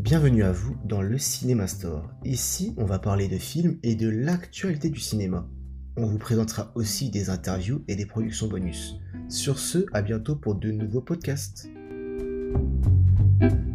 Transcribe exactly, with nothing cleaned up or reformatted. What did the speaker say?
Bienvenue à vous dans le Cinéma Store. Ici, on va parler de films et de l'actualité du cinéma. On vous présentera aussi des interviews et des productions bonus. Sur ce, à bientôt pour de nouveaux podcasts.